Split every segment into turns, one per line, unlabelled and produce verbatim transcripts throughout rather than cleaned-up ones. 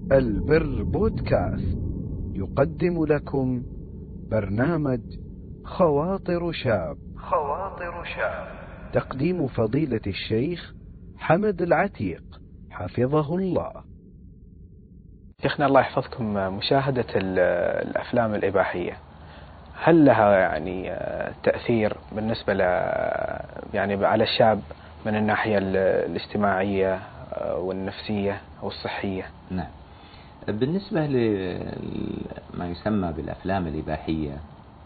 البر بودكاست يقدم لكم برنامج خواطر شاب خواطر شاب تقديم فضيلة الشيخ حمد العتيق حفظه الله.
شيخنا الله يحفظكم، مشاهدة الأفلام الإباحية هل لها يعني تأثير بالنسبة ل يعني على الشاب من الناحية الاجتماعية والنفسية والصحية؟
نعم، بالنسبة لما يسمى بالأفلام الإباحية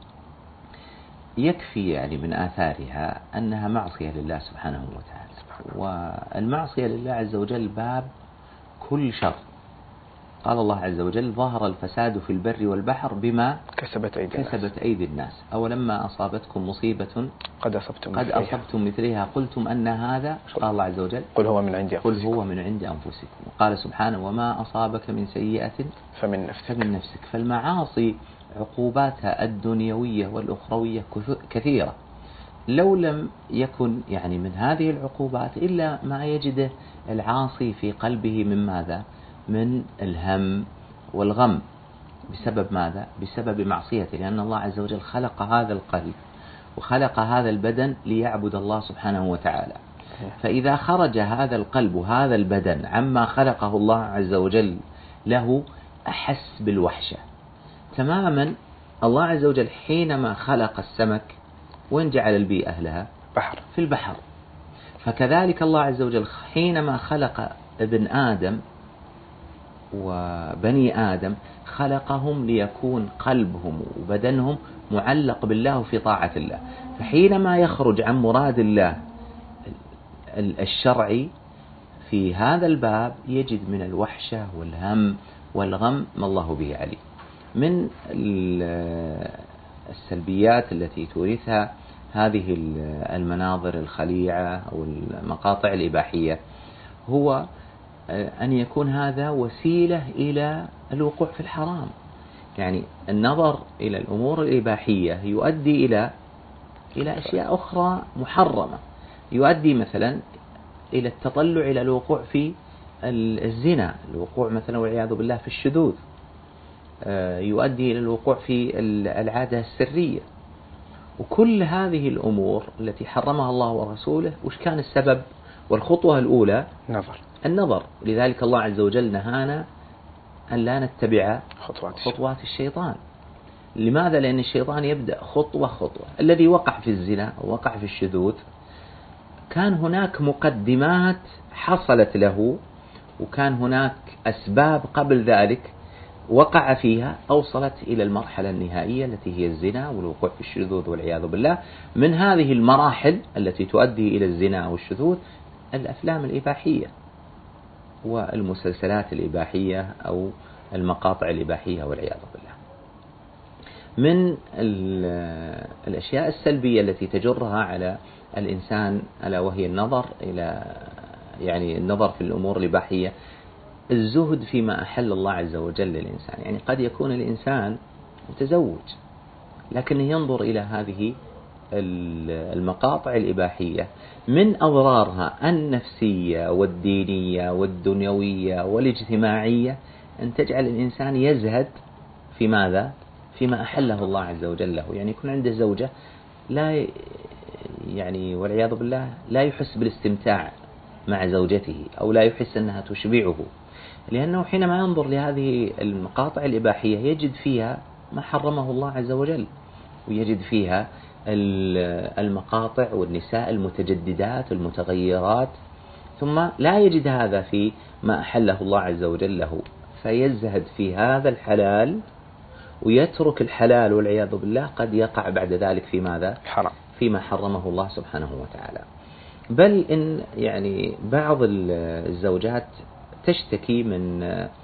يكفي يعني من آثارها أنها معصية لله سبحانه وتعالى، والمعصية لله عز وجل باب كل شر. قال الله عز وجل: ظهر الفساد في البر والبحر بما
كسبت أيدي,
كسبت أيدي الناس أولما أصابتكم مصيبة
قد أصبتم,
قد
مثلها.
أصبتم مثلها قلتم أن هذا. قال الله عز وجل:
قل هو من عند
أنفسكم. قل هو من عند أنفسكم. وقال سبحانه: وما أصابك من سيئة
فمن نفسك.
فمن نفسك. فالمعاصي عقوباتها الدنيوية والأخروية كثيرة، لو لم يكن يعني من هذه العقوبات إلا ما يجده العاصي في قلبه من ماذا؟ من الهم والغم. بسبب ماذا؟ بسبب معصيته، لأن الله عز وجل خلق هذا القلب وخلق هذا البدن ليعبد الله سبحانه وتعالى. فإذا خرج هذا القلب وهذا البدن عما خلقه الله عز وجل له أحس بالوحشة تماما. الله عز وجل حينما خلق السمك وين جعل البيئة لها؟
بحر.
في البحر. فكذلك الله عز وجل حينما خلق ابن آدم وبني آدم خلقهم ليكون قلبهم وبدنهم معلق بالله في طاعة الله. فحينما يخرج عن مراد الله الشرعي في هذا الباب يجد من الوحشة والهم والغم ما الله به عليم. من السلبيات التي تورثها هذه المناظر الخليعة أو المقاطع الإباحية هو أن يكون هذا وسيلة إلى الوقوع في الحرام. يعني النظر إلى الأمور الإباحية يؤدي إلى إلى أشياء أخرى محرمة، يؤدي مثلا إلى التطلع إلى الوقوع في الزنا، الوقوع مثلا والعياذ بالله في الشذوذ، يؤدي إلى الوقوع في العادة السرية. وكل هذه الأمور التي حرمها الله ورسوله وش كان السبب والخطوة الأولى؟
نظر
النظر. لذلك الله عز وجل نهانا أن لا نتبع
خطوات,
خطوات الشيطان. لماذا؟ لأن الشيطان يبدأ خطوة خطوة. الذي وقع في الزنا ووقع في الشذوذ كان هناك مقدمات حصلت له، وكان هناك أسباب قبل ذلك وقع فيها أوصلت إلى المرحلة النهائية التي هي الزنا والوقوع في الشذوذ والعياذ بالله. من هذه المراحل التي تؤدي إلى الزنا والشذوذ الأفلام الإباحية والمسلسلات الإباحية أو المقاطع الإباحية والعياذ بالله. من الأشياء السلبية التي تجرها على الإنسان ألا وهي النظر إلى يعني النظر في الأمور الإباحية الزهد فيما أحل الله عز وجل للإنسان. يعني قد يكون الإنسان متزوج لكنه ينظر إلى هذه المقاطع الإباحية، من أضرارها النفسية والدينية والدنيوية والاجتماعية أن تجعل الإنسان يزهد في ماذا؟ فيما أحله الله عز وجل له. يعني يكون عنده زوجة لا يعني والعياذ بالله لا يحس بالاستمتاع مع زوجته أو لا يحس أنها تشبعه، لأنه حينما ينظر لهذه المقاطع الإباحية يجد فيها ما حرمه الله عز وجل، ويجد فيها المقاطع والنساء المتجددات المتغيرات، ثم لا يجد هذا في ما أحله الله عز وجل له، فيزهد في هذا الحلال ويترك الحلال والعياذ بالله، قد يقع بعد ذلك في ماذا؟
حرام،
فيما حرمه الله سبحانه وتعالى. بل إن يعني بعض الزوجات تشتكي من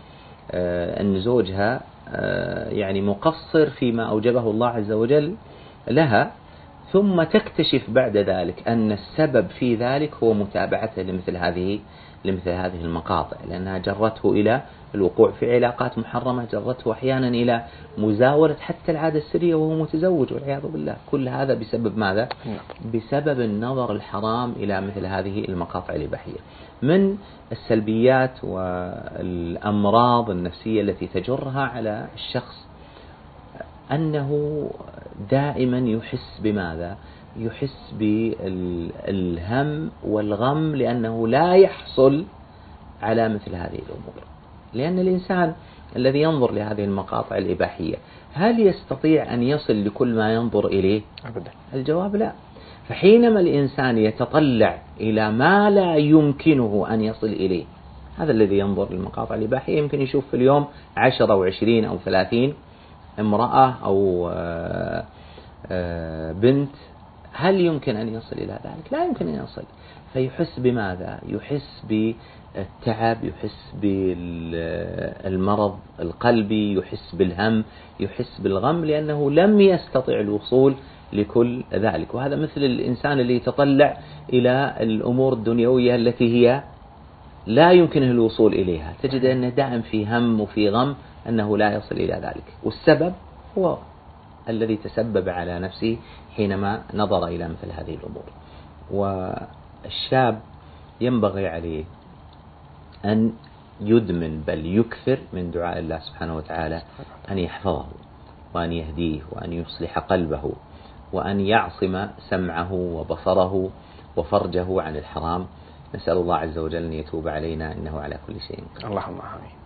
أن زوجها يعني مقصر فيما أوجبه الله عز وجل لها، ثم تكتشف بعد ذلك أن السبب في ذلك هو متابعته لمثل هذه لمثل هذه المقاطع، لأنها جرته إلى الوقوع في علاقات محرمة، جرته أحيانا إلى مزاولة حتى العادة السرية وهو متزوج والعياذ بالله. كل هذا بسبب ماذا؟ بسبب النظر الحرام إلى مثل هذه المقاطع الإباحية. من السلبيات والأمراض النفسية التي تجرها على الشخص أنه دائما يحس بماذا؟ يحس بالهم والغم، لأنه لا يحصل على مثل هذه الأمور. لأن الإنسان الذي ينظر لهذه المقاطع الإباحية هل يستطيع أن يصل لكل ما ينظر إليه؟
أبدا.
الجواب لا. فحينما الإنسان يتطلع إلى ما لا يمكنه أن يصل إليه، هذا الذي ينظر للمقاطع الإباحية يمكن يشوف في اليوم عشرة أو عشرين أو ثلاثين امرأة أو بنت، هل يمكن أن يصل إلى ذلك؟ لا يمكن أن يصل. فيحس بماذا؟ يحس بالتعب، يحس بالمرض القلبي، يحس بالهم، يحس بالغم، لأنه لم يستطع الوصول لكل ذلك. وهذا مثل الإنسان اللي يتطلع إلى الأمور الدنيوية التي هي لا يمكنه الوصول إليها، تجد أنه دائم في هم وفي غم أنه لا يصل إلى ذلك، والسبب هو الذي تسبب على نفسه حينما نظر إلى مثل هذه الأمور. والشاب ينبغي عليه أن يدمن بل يكثر من دعاء الله سبحانه وتعالى أن يحفظه وأن يهديه وأن يصلح قلبه وأن يعصم سمعه وبصره وفرجه عن الحرام. نسأل الله عز وجل أن يتوب علينا إنه على كل شيء قدير.
اللهم آمين.